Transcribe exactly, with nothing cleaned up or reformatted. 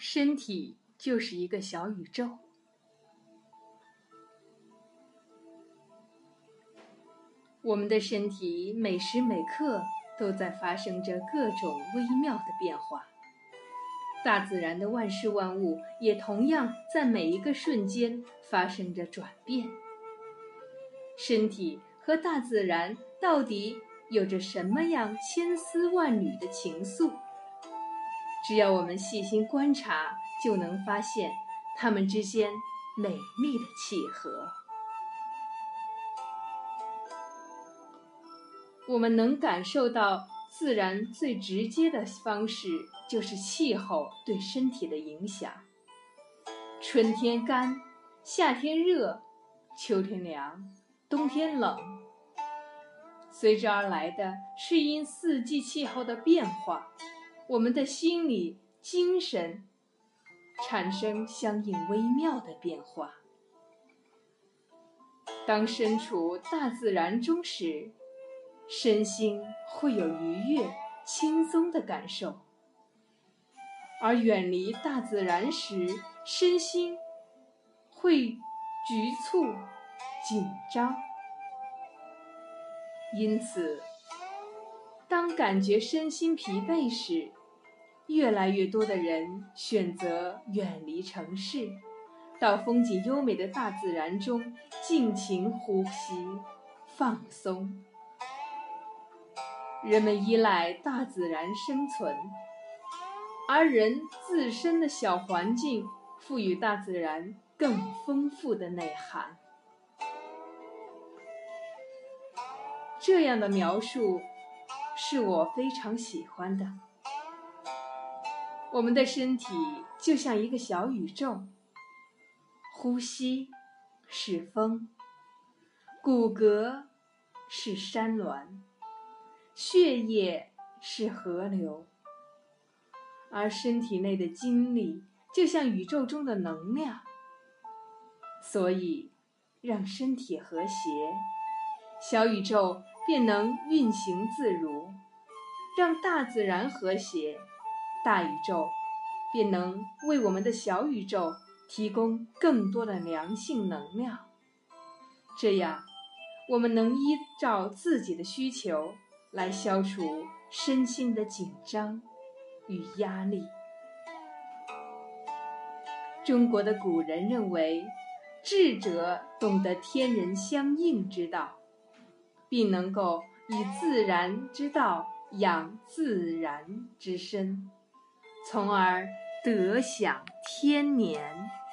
身体就是一个小宇宙。我们的身体每时每刻都在发生着各种微妙的变化，大自然的万事万物也同样在每一个瞬间发生着转变。身体和大自然到底有着什么样千丝万缕的情愫？只要我们细心观察，就能发现它们之间美丽的契合。我们能感受到自然最直接的方式，就是气候对身体的影响。春天干，夏天热，秋天凉，冬天冷。随之而来的是因四季气候的变化，我们的心理、精神产生相应微妙的变化。当身处大自然中时，身心会有愉悦、轻松的感受；而远离大自然时，身心会局促、紧张。因此，当感觉身心疲惫时，越来越多的人选择远离城市，到风景优美的大自然中尽情呼吸、放松。人们依赖大自然生存，而人自身的小环境赋予大自然更丰富的内涵。这样的描述是我非常喜欢的。我们的身体就像一个小宇宙，呼吸是风，骨骼是山峦，血液是河流，而身体内的精力就像宇宙中的能量。所以，让身体和谐，小宇宙便能运行自如；让大自然和谐，大宇宙便能为我们的小宇宙提供更多的良性能量。这样，我们能依照自己的需求来消除身心的紧张与压力。中国的古人认为，智者懂得天人相应之道，并能够以自然之道养自然之身，从而得享天年。